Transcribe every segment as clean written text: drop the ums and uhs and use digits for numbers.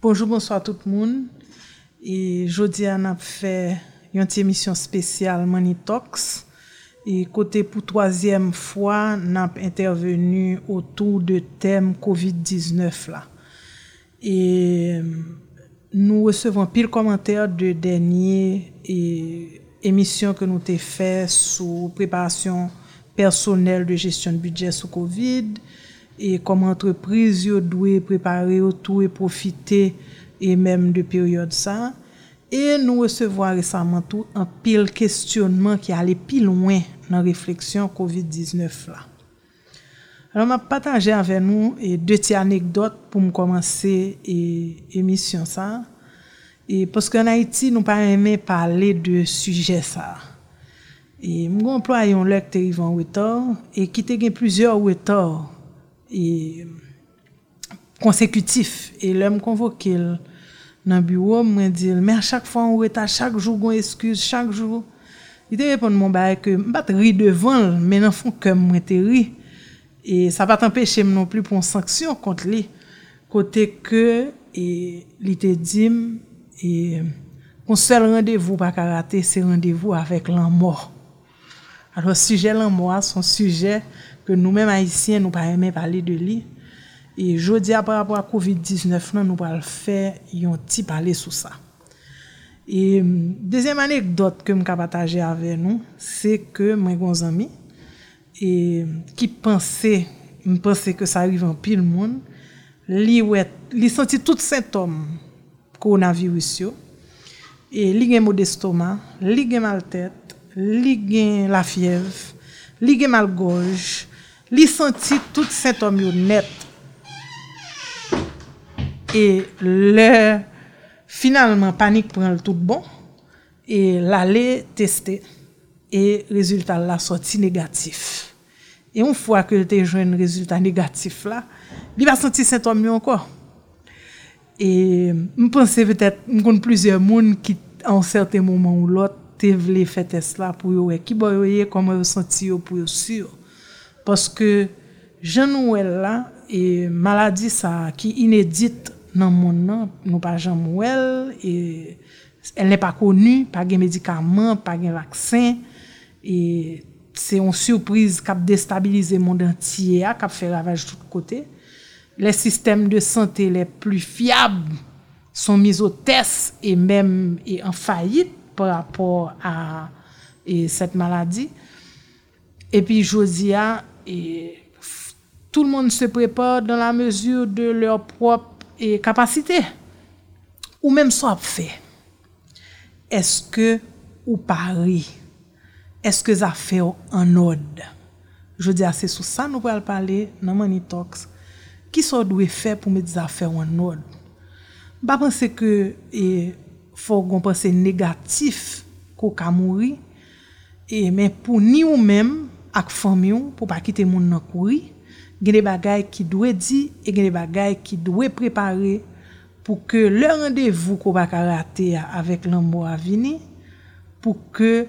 Bonjour, bonsoir tout le monde. Et jeudi, on a fait une émission spéciale Money Talks. Et côté pour troisième fois, on a intervenu autour de thème COVID-19 là. Et nous recevons pile commentaires de dernière émission que nous avons fait sur préparation personnelle de gestion de budget sous Covid et comment entreprise doit préparer autour et profiter et même de période ça. Et nous recevons récemment tout un pile questionnement qui allait plus loin dans la réflexion COVID-19 là. Alors, je vais partager avec nous deux petites anecdotes pour me commencer l'émission ça. Et parce qu'en Haïti, nous pas aimé parler de sujet ça. Et mon employé un lecteur Yvan retard et qui te plusieurs retards et consécutifs et l'homme convoqué dans le bureau me dit mais à chaque fois on retard chaque jour on excuse chaque jour. Il te répond mon bail que m'pas ri devant mais dans fond que moi te ri. Et ça va t'empêcher non plus pour une sanction contre lui côté que et il te dit et mon seul rendez-vous pas rater c'est rendez-vous avec la mort. Alors sujet la mort son sujet que nous-mêmes haïtiens nous pas aimer parler de lui et jodi par rapport à COVID-19 nous va le faire un petit parler sur ça. Et deuxième anecdote que me partager avec nous c'est que moi gon ami et qui pensait que ça arrive en pile monde li senti tout symptômes coronavirus yo et li gen mal d'estomac, li gen mal tête, li gen la fièvre, li gen mal gorge, li senti tout symptômes yo net et le finalement panique prend le tout bon et l'aller tester et résultat là sorti négatif. Et une fois que tu joint un résultat négatif là, il va sentir symptômes encore. Et je pense peut-être qu'on plusieurs monde qui en certain moment ou l'autre te voulait faire test là pour yo qui boye comment yo senti yo pour yo sûr parce que Jean-Noël là et maladie ça qui inédite dans le monde nous pas Jean-Noël et elle n'est pas connue, pas de médicaments, pas de vaccin et c'est une surprise qui a déstabilisé le monde entier, qui a fait ravage de tous côtés. Les systèmes de santé les plus fiables sont mis au test et même en faillite par rapport à cette maladie. Et puis jodia tout le monde se prépare dans la mesure de leur propre capacité ou même soit fait. Est-ce que ou pari? Est-ce que ça fait en ordre? Je dis c'est sur ça nous allons parler dans Money Talks. Qui ça doit faire pour mettre des affaires en ordre? Pas penser que faut qu'on pense négatif qu'on ka mourir et mais pour ni ou même ak famille pour pas quitter monde nan courir, il y a des bagages qui doit dire et il y a des bagages qui doit préparer pour que le rendez-vous qu'on va rater avec l'amour à venir pour que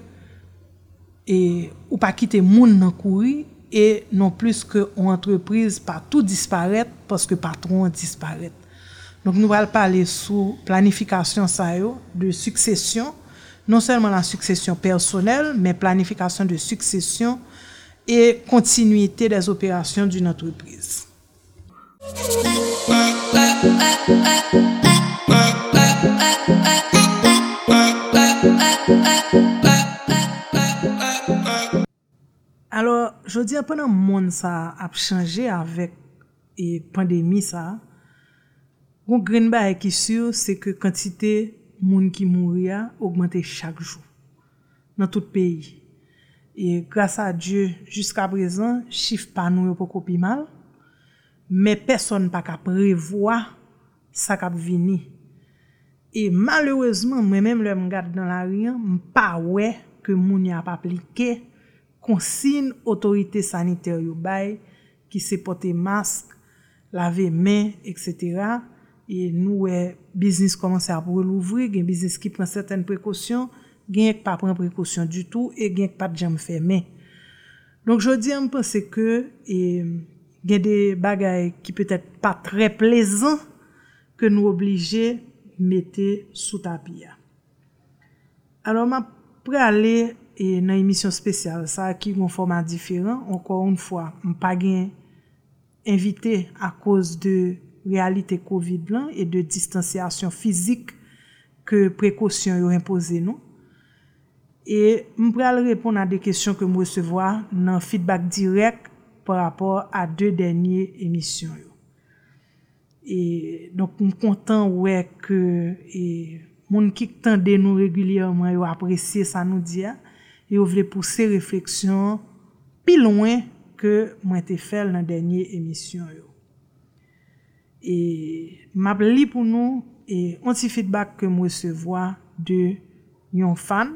ou pas quitter monde nan courir et non plus que une entreprise pas tout disparaître parce que patron disparaît. Donc nous allons parler sur planification de succession, non seulement la succession personnelle mais planification de succession et continuité des opérations d'une entreprise. Alors, je dis pendant le monde ça a changé avec la pandémie ça. Gon green bail qui sûr c'est que quantité monde qui mourir augmenté chaque jour dans tout pays. Et grâce à Dieu jusqu'à présent, chiffre pas nous pas copi mal, mais personne pas capable prévoir ça cap venir. Et malheureusement, moi-même le regarde dans la rue, pas ouais que moun y a pas appliqué consigne autorité sanitaire yo bay qui se porter masque, laver main etc. et nous business commence à rouvrir, gen business qui prend certaines précautions, gen qui pas prend précaution du tout et gen qui pas de jambe fermé. Donc je dis on pense que gen des bagages qui peut-être pas très plaisants que nous obligés mettre sous tapis. Alors m'a pour aller et dans émission spéciale ça qui un format différent encore une fois pas gain invité à cause de réalité Covid là et de distanciation physique que précaution yo imposé nous et m'pral répondre à des questions que me recevoir dans feedback direct par rapport à deux dernières émissions yo. Et donc je suis content ouais que et moun qui tande nous régulièrement yo apprécier ça nous dit et yo veut pousser réflexion plus loin que moi t'ai fait dans dernière émission yo. Et m'a li pour nous et un petit feedback que me recevoir de yon fan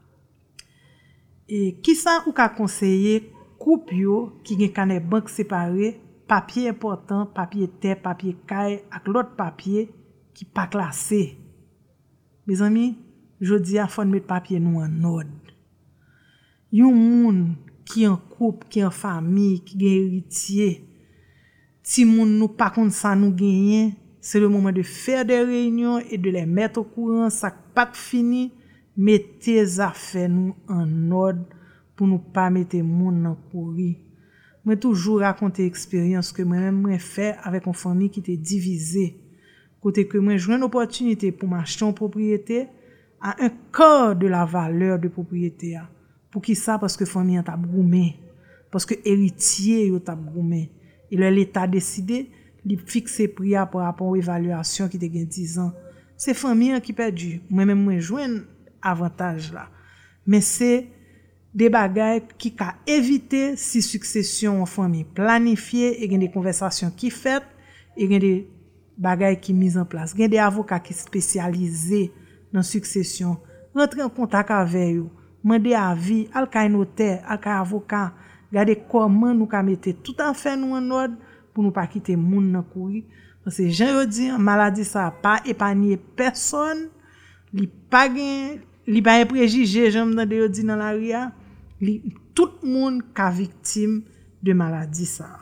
et qui ça ou ka conseiller couple yo qui gen canet banque séparé papier important papier terre papier caille ak l'autre papier qui pas classé. Mes amis, jodi a faut mettre papier nous en ordre. Yon moun qui en couple, qui en famille, qui gen héritier, ti moun nou pas konn ça nous gagner, c'est le moment de faire des réunions et de les mettre au courant, ça pas fini, mettez affaires nous en ordre pour nous pas mettre moun dans pourri. Moi toujours raconter expérience que moi-même fait avec une famille qui était divisée. Côté que moi joue une opportunité pour m'acheter une propriété à un quart de la valeur de propriété. Pour qui ça? Parce que famille t'a broumé, parce que héritier yo t'a broumé. Et l'État décidé de fixer prix par rapport aux évaluations qui te gen 10 ans. C'est famille qui perdu. Moi-même moi joindre avantage là. Mais c'est des bagages qui ka éviter si succession en famille planifiée et gen des conversations qui faites et gen des bagages qui mis en place. Gen des avocats qui spécialisés dans succession. Rentrer en contact avec eux, demander avis, al kay notaire, al kay avocat, regarder comment nous ka mettre tout en fait nous en ordre pour nous pas quitter moun nan kouri parce que Jean yo dit maladie ça pas épargner personne, li pas gen, li pas préjugé j'aime dans yo dit dans la ria, tout monde ka victime de maladie ça.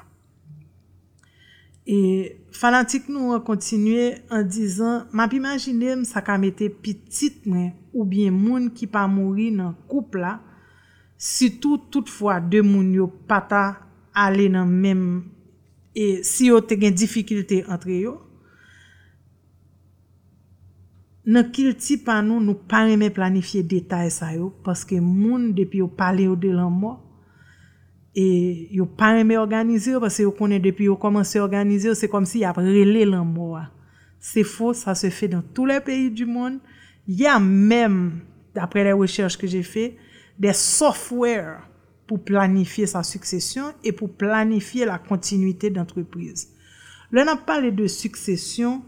Et fanatique nous continuer en disant m'a imaginer ça ka mette petite ou bien moun qui pas mourir dans couple là surtout toutefois deux moun yo pas aller dans même et si yo te gen difficulté entre yo nan kil ti pa nous pas aimer planifier détail ça yo parce que moun depuis yo parler au de la mort et yo pas aimer organiser parce que yo connaît depuis yo commencé à organiser c'est comme si y a relé la mort. C'est faux, ça se fait dans tous les pays du monde. Il y a même d'après les recherches que j'ai fait des softwares pour planifier sa succession et pour planifier la continuité d'entreprise. Là on a parlé de succession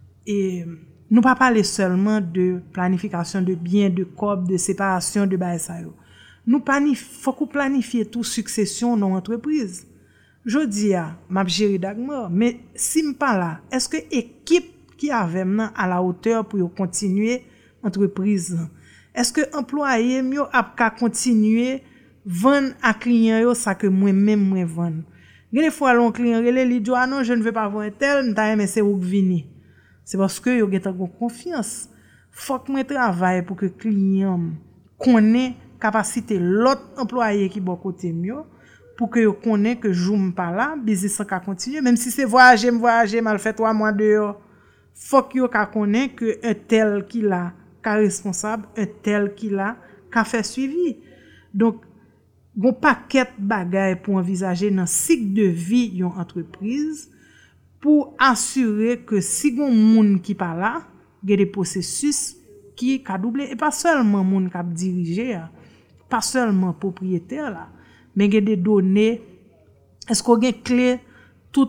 et nous pas parler seulement de planification de biens, de corps, de séparation de bail ça yo. Nous faut qu'on planifier toute succession dans l'entreprise. Je dis m'a gérer Dagmar, mais si m'pas là, est-ce que équipe qui avait maintenant à la hauteur pour continuer entreprise? Est-ce que employé mieux a continuer vendre à client yo ça que moi-même moi vendre? Des fois l'on client relé li dit non, je ne veux pas vendre tel, m'ta mais c'est ou vini. C'est parce que yo geta confiance. Faut que moi travaille pour que client connaît capacité l'autre employé qui bon côté mieux pour que yo connaît que joue pas là business ça continuer même si c'est voyager mal fait 3 mois dehors faut que yo connaît que un tel qui là ka responsable un tel qui là ka fait suivi donc gon paquet bagaille pour envisager dans cycle de vie yon entreprise pour assurer que si gon moun qui pas là gen des processus qui ka doubler et pas seulement moun qui diriger pas seulement propriétaire là mais il y a des données est-ce qu'on a clé tout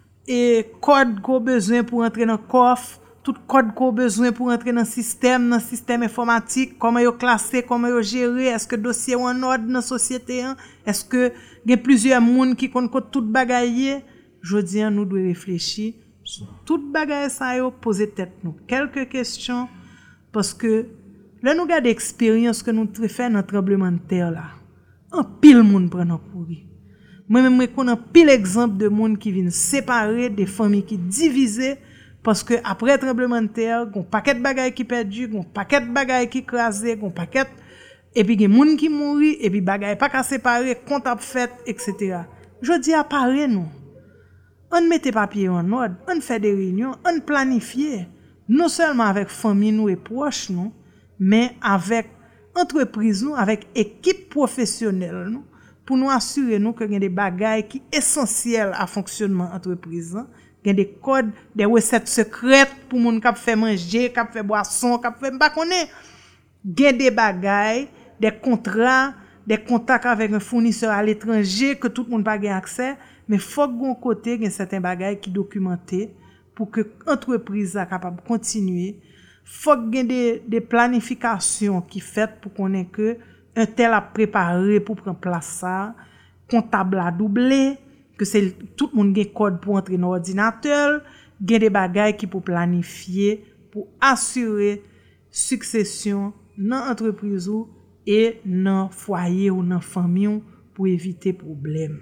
et code qu'on besoin pour entrer dans coffre tout code qu'on besoin pour entrer dans système informatique comment yo classer comment yo gérer est-ce que dossier en ordre dans société est-ce que il y a plusieurs monde qui connaît tout bagaille jodi nous doit réfléchir sur tout bagaille ça yo poser tête nous quelques questions parce que là nous garde expérience que nous fait dans tremblement de terre là en pile monde prend en pourri moi même je connais pile exemple de monde qui viennent séparer des familles qui divisées Parce que après tremblement de terre, gon paquet de bagages qui perdu, gon paquet de bagages qui crasé, gon paquet et puis gen moun qui mouri et puis bagages pas ka séparer, compte a fait etc. Je dis à parler nous. On mette papier en ordre, on fait des réunions, on planifie non seulement avec famille nous et proches nous, mais avec entreprise nous, avec équipe professionnelle nous pour nous assurer nous que y a des bagages qui essentiels à fonctionnement entreprise. Il y a des codes, des recettes secrètes pour moun k'ap fait manger, k'ap fait boisson, k'ap fait pas connaît. Il y a des bagages, des contrats, des contacts avec un fournisseur à l'étranger que tout le monde pas gain accès, mais faut gon côté gen certains bagages qui documentés pour que entreprise soit capable continuer. Faut gen des planifications qui faites pour qu'on ait que un tel a préparé pour prendre place ça, comptable a doublé, que c'est tout le monde gen code pour entrer dans l'ordinateur, gen des bagages qui pour planifier pour assurer succession dans entreprise ou et dans foyer ou dans famille pour éviter problème.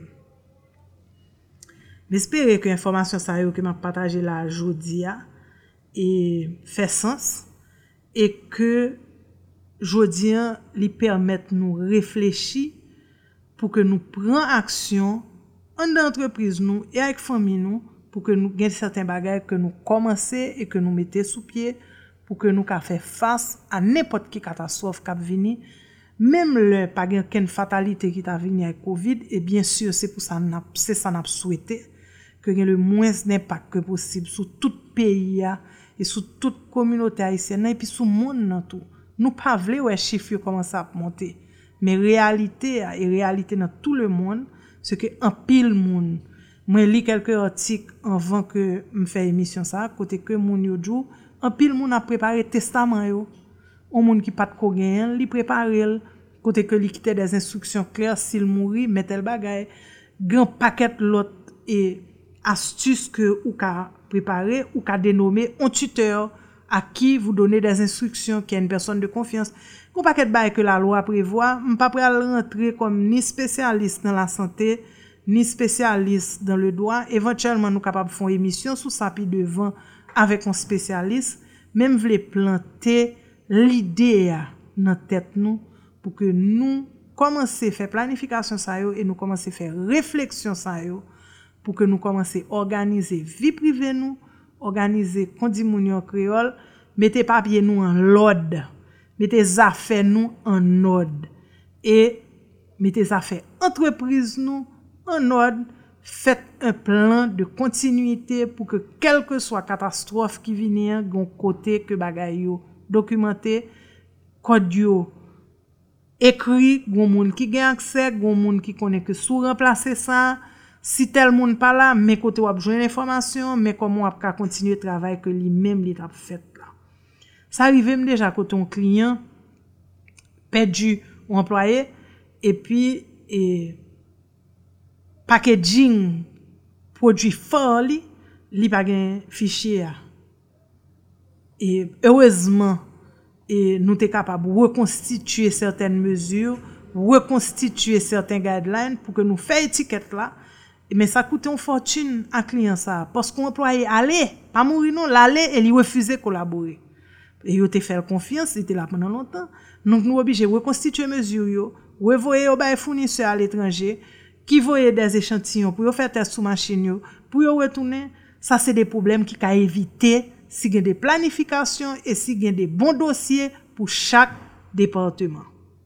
J'espère que l'information ça que m'a partagé là aujourd'hui et fait sens et que aujourd'hui lui permettre nous réfléchir pour que nous prenions action en entreprise nous et avec famille nous pour que nous gagne certains bagages que nous commencer et que nous mettons sous pied pour que nous faire face à n'importe quelle catastrophe qui venir même le pas aucune fatalité qui t'a venu avec Covid et bien sûr c'est pour ça n'a souhaité que y ait le moins d'impact que possible sur tout pays et sur toute communauté haïtienne et puis sur monde dans tout. Nous pas vle ouais chiffre commence à monter mais réalité dans tout le monde c'est que en pile monde moi lis quelques articles avant que me faire émission ça côté que moun yo djou en pile monde a préparé testament yo on monde qui pas de ko gen li préparer côté que li quitter des instructions claires s'il mourit mettre le bagay grand paquet l'autre et astuces que ou ka préparer ou ka dénommer un tuteur à qui vous donnez des instructions qui est une personne de confiance. Qu'on paquet de bail que la loi prévoit, on pas prêt à rentrer comme ni spécialiste dans la santé, ni spécialiste dans le droit. Éventuellement nous capable faire une émission sous ça puis devant avec un spécialiste, même vle planter l'idée dans tête nous pour que nous commencer faire planification ça yo et nous commencer faire réflexion ça yo pour que nous commencer organiser vie privée nous, organiser kondi moun yo créole, mettez papier nous en l'ordre, mettez affaires nous en ordre et mettez affaires entreprise nous en ordre, faites un plan de continuité pour que quelle que soit catastrophe qui vienne gon côté que bagay yo documenté, code yo écrit, gon moun qui gen accès, gon moun qui connaît que sous remplacer ça. Si tel monde pas là, mais côté ou a besoin d'information, mais comment on va continuer le travail que lui-même il a fait là. Ça arrive même déjà quand un client perdu ou employé et puis packaging produit fort li pas gain fichier. Et heureusement nous t'es capable de reconstituer certaines mesures, reconstituer certains guidelines pour que nous fassions étiquette là. Mais ça coûte une fortune à client ça parce qu'on employé aller pas mourir non l'aller et il refuser collaborer et il te fait confiance il était là pendant longtemps donc nous obligé reconstituer mesure yo revoyer au bail fournisseur à l'étranger qui voyait des échantillons pour faire test sous machine yo pour retourner ça c'est des problèmes qui ca éviter si il y a des planifications et si il y a des bons dossiers pour chaque département.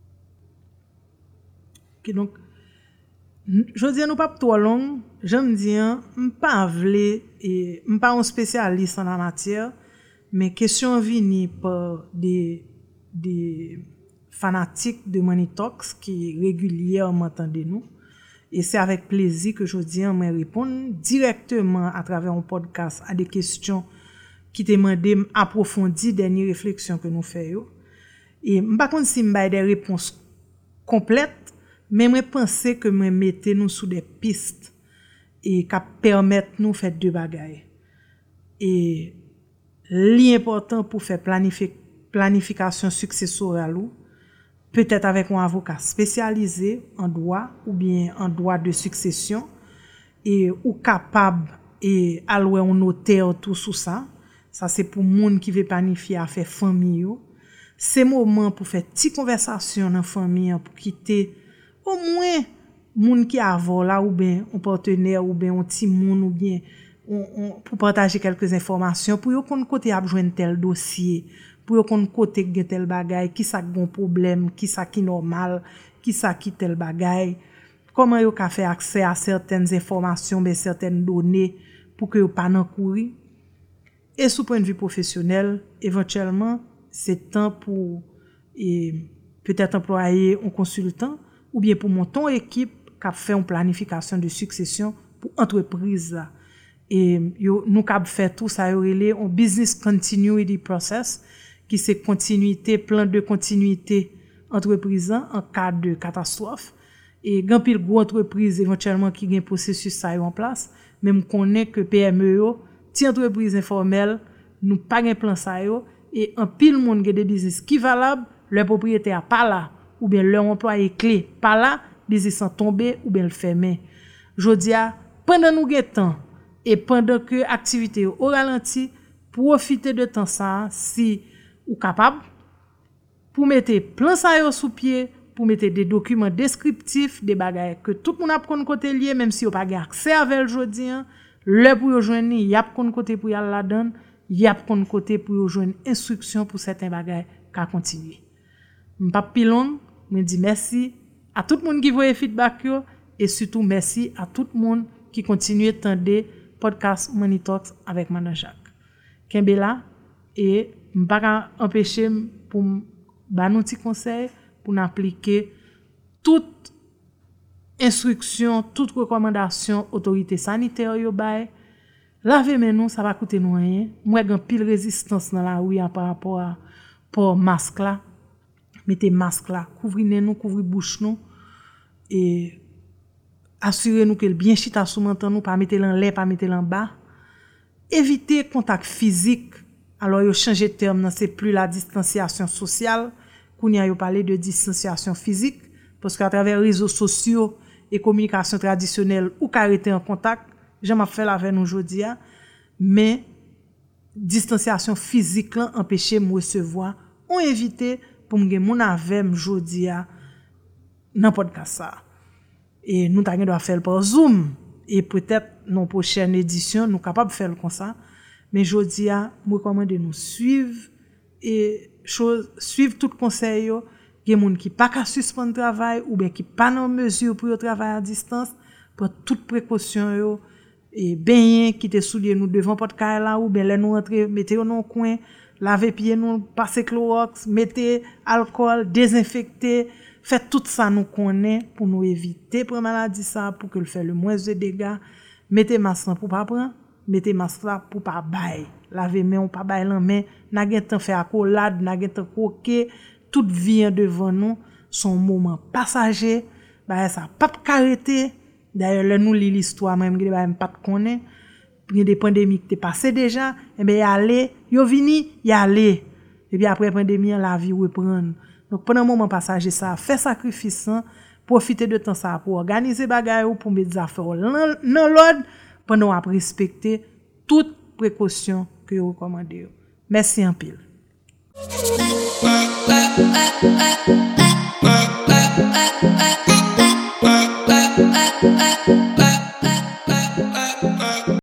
OK donc je dis nous pas trop long, j'aime dire pas vle et pas un spécialiste en la matière mais question vini par des fanatiques de Money Talks qui régulièrement entendent nous et c'est avec plaisir que je dis me répondre directement à travers un podcast à des questions qui demandent approfondir dernière réflexion que nous faisons et pas contre si m'ba des réponses complètes mais moi penser que moi mettez nous sous des pistes et qui permettent nous faire deux bagages et l'important pour faire planification successorale peut-être avec un avocat spécialisé en droit ou bien en droit de succession et ou capable et allouer un notaire tout sous ça Ça c'est pour moun qui veut planifier à faire famille yo. C'est moment pour faire petite conversation dans famille pour quitter au moins moun qui avant là ou bien un partenaire ou bien un petit moun ou bien pour partager quelques informations pour yo kon côté a joindre tel dossier pour yo kon côté gen tel bagay qui ça gon problème qui ça qui normal qui ça qui tel bagay comment yo ka faire accès à certaines informations ben certaines données pour que yo pas nan courir et sous point de vue professionnel éventuellement c'est temps pour peut-être employer un consultant ou bien pour monter une équipe qui fait une planification de succession pour entreprise là. Et nous cap faire tout ça relé un business continuity process qui c'est continuité plan de continuité entreprise en cas de catastrophe et grand pile gros entreprise éventuellement qui gagne processus ça en place même connaît que PME yo ti entreprise informelle nous pas gain plan ça yo et en pile monde qui des business qui valable leur propriétaire pas là ou bien leur employé clé pas là business en tomber ou bien le fermer jodia pendant nous gain temps et pendant que activité au ralenti profiter de temps ça si ou capable pour mettre plan ça yo sous pied pour mettre des documents descriptifs des bagages que tout monde a prendre côté lié même si on pas accès avec jodi le pour yo joindre y a prendre côté pour y aller là-dedans y a prendre côté pour yo joindre instruction pour certains bagages qu'a continuer m'pa pilon me dit merci à tout le monde qui voit feedback yo et surtout merci à tout le monde qui continue tendre podcast Money Talks avec Manan Jacques Kembela et m'pa empêcher pour ba nou ti conseil pour n'appliquer toute instruction, toute recommandation autorité sanitaire yo bay. Laver men nou ça va coûter nous rien. Moi gan pile résistance dans la rue par rapport à pour masque là. Mettez masque là, couvrez nous, couvrez bouche nous et assurez-nous que bien chita sous menton nous pas mettre en l'air, pas mettre en bas. Évitez contact physique. Alors yo changer terme nan c'est plus la distanciation sociale. Kounya yo parler de distanciation physique parce qu'à travers les réseaux sociaux et communication traditionnelle ou carité en contact, j'aime faire avec nous aujourd'hui mais distanciation physique là empêcher me recevoir on éviter pour me mon avec aujourd'hui dans podcast ça et nous t'a doit faire par Zoom et peut-être dans prochaine édition nous capable faire comme ça mais aujourd'hui me recommande nous suivre et suivre tout conseil yo gen moun qui pas ka suspendre travail ou bien qui pas en mesure pour travailler à distance pour toute précaution yo et bien qui te soulier nous devant porte caille là ou bien les nous entrer mettez dans coin laver pied nous passer Clorox mettez alcool désinfecter faites tout ça nous connaît pour nous éviter pour maladie ça pour que le faire le moins de dégâts mettez masque pour pas prendre mettez masque là pour pas bailler laver main ou pas bailler la main n'a gen temps faire accolade n'a gen temps croquer toute vie devant nous son moment passager bah ça pas arrêter d'ailleurs là nous lit l'histoire même pas connaît il y a des pandémies qui passé déjà et ben y aller yo vini y aller et puis après pandémie la vie reprend donc pendant un moment passager ça fait sacrifice profiter de temps ça pour organiser bagaille ou pour mettre des affaires dans l'ordre pendant à respecter toute précaution que vous recommandez. Merci en pile. Bye.